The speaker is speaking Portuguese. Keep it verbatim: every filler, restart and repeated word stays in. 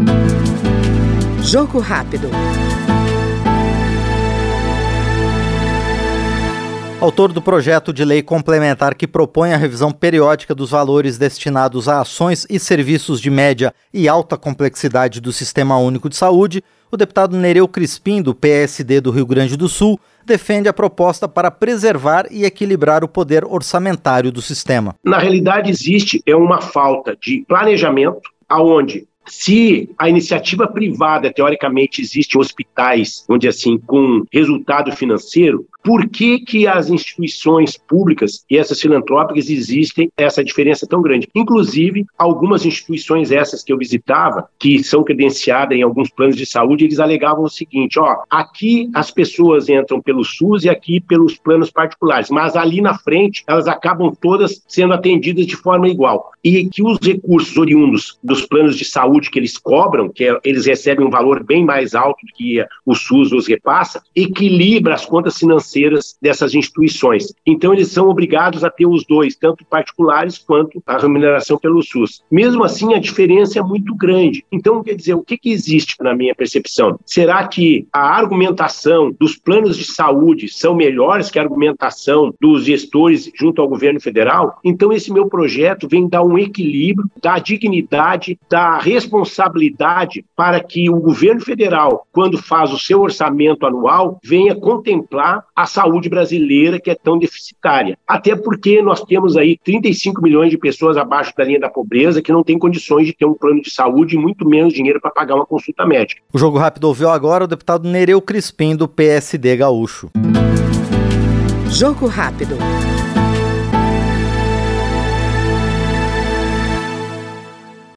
Jogo rápido. Autor do projeto de lei complementar que propõe a revisão periódica dos valores destinados a ações e serviços de média e alta complexidade do Sistema Único de Saúde, o deputado Nereu Crispim, do P S D do Rio Grande do Sul, defende a proposta para preservar e equilibrar o poder orçamentário do sistema. Na realidade, existe é uma falta de planejamento, aonde se a iniciativa privada, teoricamente, existe hospitais, onde assim, com resultado financeiro, por que que as instituições públicas e essas filantrópicas existem essa diferença tão grande? Inclusive, algumas instituições essas que eu visitava, que são credenciadas em alguns planos de saúde, eles alegavam o seguinte, ó, aqui as pessoas entram pelo SUS e aqui pelos planos particulares, mas ali na frente elas acabam todas sendo atendidas de forma igual. E que os recursos oriundos dos planos de saúde que eles cobram, que é, eles recebem um valor bem mais alto do que o SUS os repassa, equilibra as contas financeiras dessas instituições. Então, eles são obrigados a ter os dois, tanto particulares quanto a remuneração pelo SUS. Mesmo assim, a diferença é muito grande. Então, quer dizer, o que que existe na minha percepção? Será que a argumentação dos planos de saúde são melhores que a argumentação dos gestores junto ao governo federal? Então, esse meu projeto vem dar um equilíbrio, dar dignidade, dar responsabilidade para que o governo federal, quando faz o seu orçamento anual, venha contemplar a saúde brasileira, que é tão deficitária. Até porque nós temos aí trinta e cinco milhões de pessoas abaixo da linha da pobreza que não têm condições de ter um plano de saúde e muito menos dinheiro para pagar uma consulta médica. O Jogo Rápido ouviu agora o deputado Nereu Crispim, do P S D gaúcho. Jogo rápido.